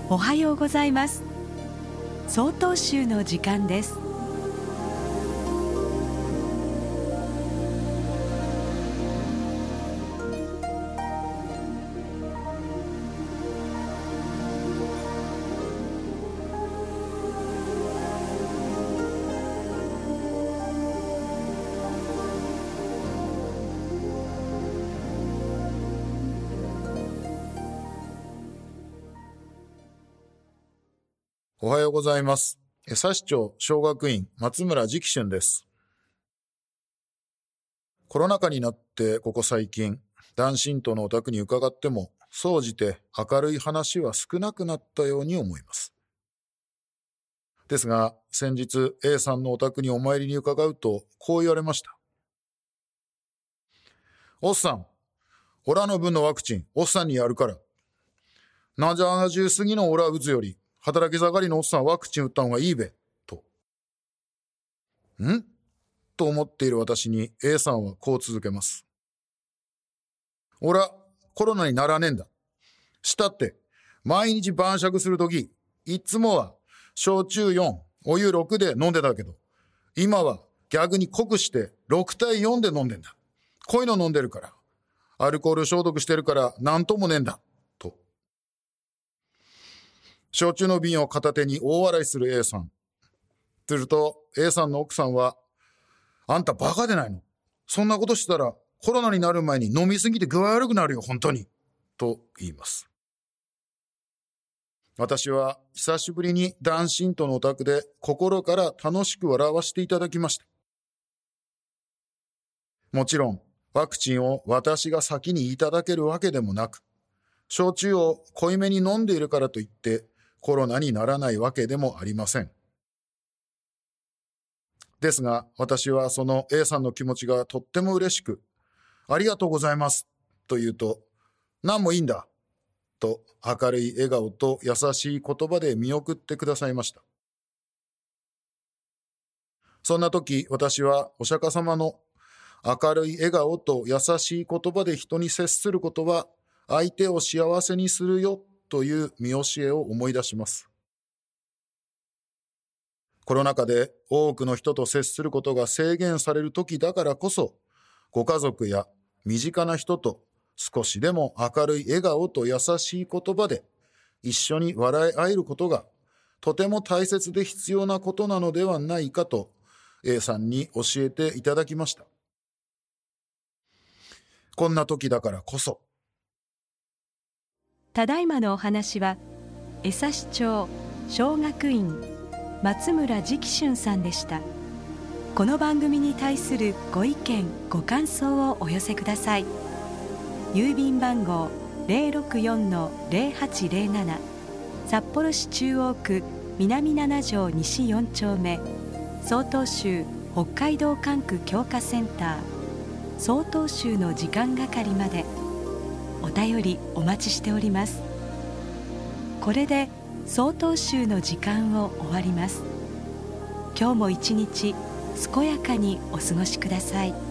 おはようございます。曹洞宗の時間です。 おはようございます。江差町小学院松村直春です。コロナ禍になってここ最近、男信徒のお宅に伺っても、総じて明るい話は少なくなったように思います。ですが、先日 A さんのお宅にお参りに伺うと、こう言われました。おっさん、オラの分のワクチン、おっさんにやるから。70過ぎのオラ打つより、働き盛りのおっさんワクチン打った方がいいべ、と。と思っている私に A さんはこう続けます。オラ、コロナにならねえんだ。したって、毎日晩酌するとき、いつもは、焼酎4、お湯6で飲んでたけど、今は逆に濃くして6対4で飲んでんだ。こういうの飲んでるから、アルコール消毒してるからなんともねえんだ。焼酎の瓶を片手に大笑いする A さん。すると A さんの奥さんは、あんたバカでないの？そんなことしたらコロナになる前に飲みすぎて具合悪くなるよ、本当に。と言います。私は久しぶりに男信徒のお宅で心から楽しく笑わせていただきました。もちろんワクチンを私が先にいただけるわけでもなく、焼酎を濃いめに飲んでいるからといってコロナにならないわけでもありません。ですが、私はその A さんの気持ちがとっても嬉しく、ありがとうございますと言うと、なんもいいんだと明るい笑顔と優しい言葉で見送ってくださいました。そんな時、私はお釈迦様の明るい笑顔と優しい言葉で人に接することは相手を幸せにするよという見教えを思い出します。コロナ禍で多くの人と接することが制限される時だからこそ、ご家族や身近な人と少しでも明るい笑顔と優しい言葉で一緒に笑い合えることがとても大切で必要なことなのではないかと A さんに教えていただきました。こんな時だからこそ。 ただいまのお話は江差町小学院松村直春さんでした。この番組に対するご意見ご感想をお寄せください。郵便番号 064-0807 札幌市中央区南7条西4丁目曹洞宗北海道管区教化センター曹洞宗の時間係までお便りお待ちしております。これで曹洞宗の時間を終わります。今日も一日健やかにお過ごしください。